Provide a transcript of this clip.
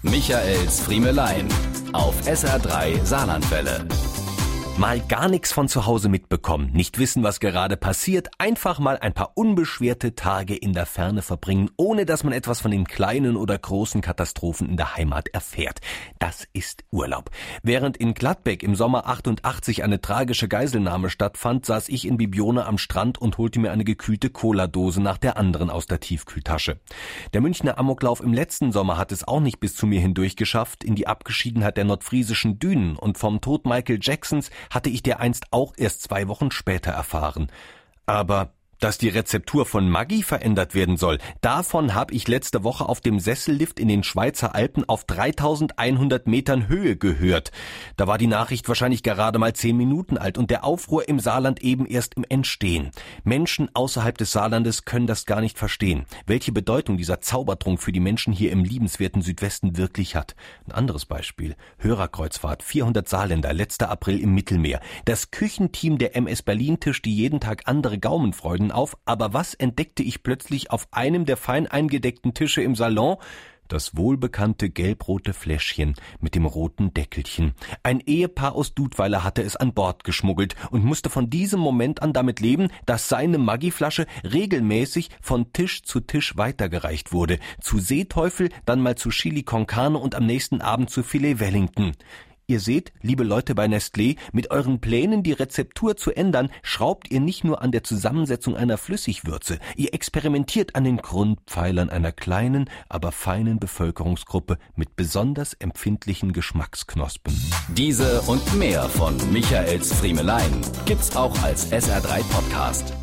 Michaels Friemelein auf SR3 Saarlandwelle. Mal gar nichts von zu Hause mitbekommen, nicht wissen, was gerade passiert, einfach mal ein paar unbeschwerte Tage in der Ferne verbringen, ohne dass man etwas von den kleinen oder großen Katastrophen in der Heimat erfährt. Das ist Urlaub. Während in Gladbeck im Sommer 88 eine tragische Geiselnahme stattfand, saß ich in Bibione am Strand und holte mir eine gekühlte Cola-Dose nach der anderen aus der Tiefkühltasche. Der Münchner Amoklauf im letzten Sommer hat es auch nicht bis zu mir hindurch geschafft, in die Abgeschiedenheit der nordfriesischen Dünen, und vom Tod Michael Jacksons hatte ich dereinst auch erst 2 Wochen später erfahren. Aber dass die Rezeptur von Maggi verändert werden soll, davon habe ich letzte Woche auf dem Sessellift in den Schweizer Alpen auf 3100 Metern Höhe gehört. Da war die Nachricht wahrscheinlich gerade mal 10 Minuten alt und der Aufruhr im Saarland eben erst im Entstehen. Menschen außerhalb des Saarlandes können das gar nicht verstehen, welche Bedeutung dieser Zaubertrunk für die Menschen hier im liebenswerten Südwesten wirklich hat. Ein anderes Beispiel: Hörerkreuzfahrt, 400 Saarländer, letzter April im Mittelmeer. Das Küchenteam der MS Berlin tischt die jeden Tag andere Gaumenfreuden auf, aber was entdeckte ich plötzlich auf einem der fein eingedeckten Tische im Salon? Das wohlbekannte gelbrote Fläschchen mit dem roten Deckelchen. Ein Ehepaar aus Dudweiler hatte es an Bord geschmuggelt und musste von diesem Moment an damit leben, dass seine Maggi-Flasche regelmäßig von Tisch zu Tisch weitergereicht wurde. Zu Seeteufel, dann mal zu Chili con Carne und am nächsten Abend zu Filet Wellington. Ihr seht, liebe Leute bei Nestlé, mit euren Plänen, die Rezeptur zu ändern, schraubt ihr nicht nur an der Zusammensetzung einer Flüssigwürze, ihr experimentiert an den Grundpfeilern einer kleinen, aber feinen Bevölkerungsgruppe mit besonders empfindlichen Geschmacksknospen. Diese und mehr von Michaels Friemelein gibt's auch als SR3 Podcast.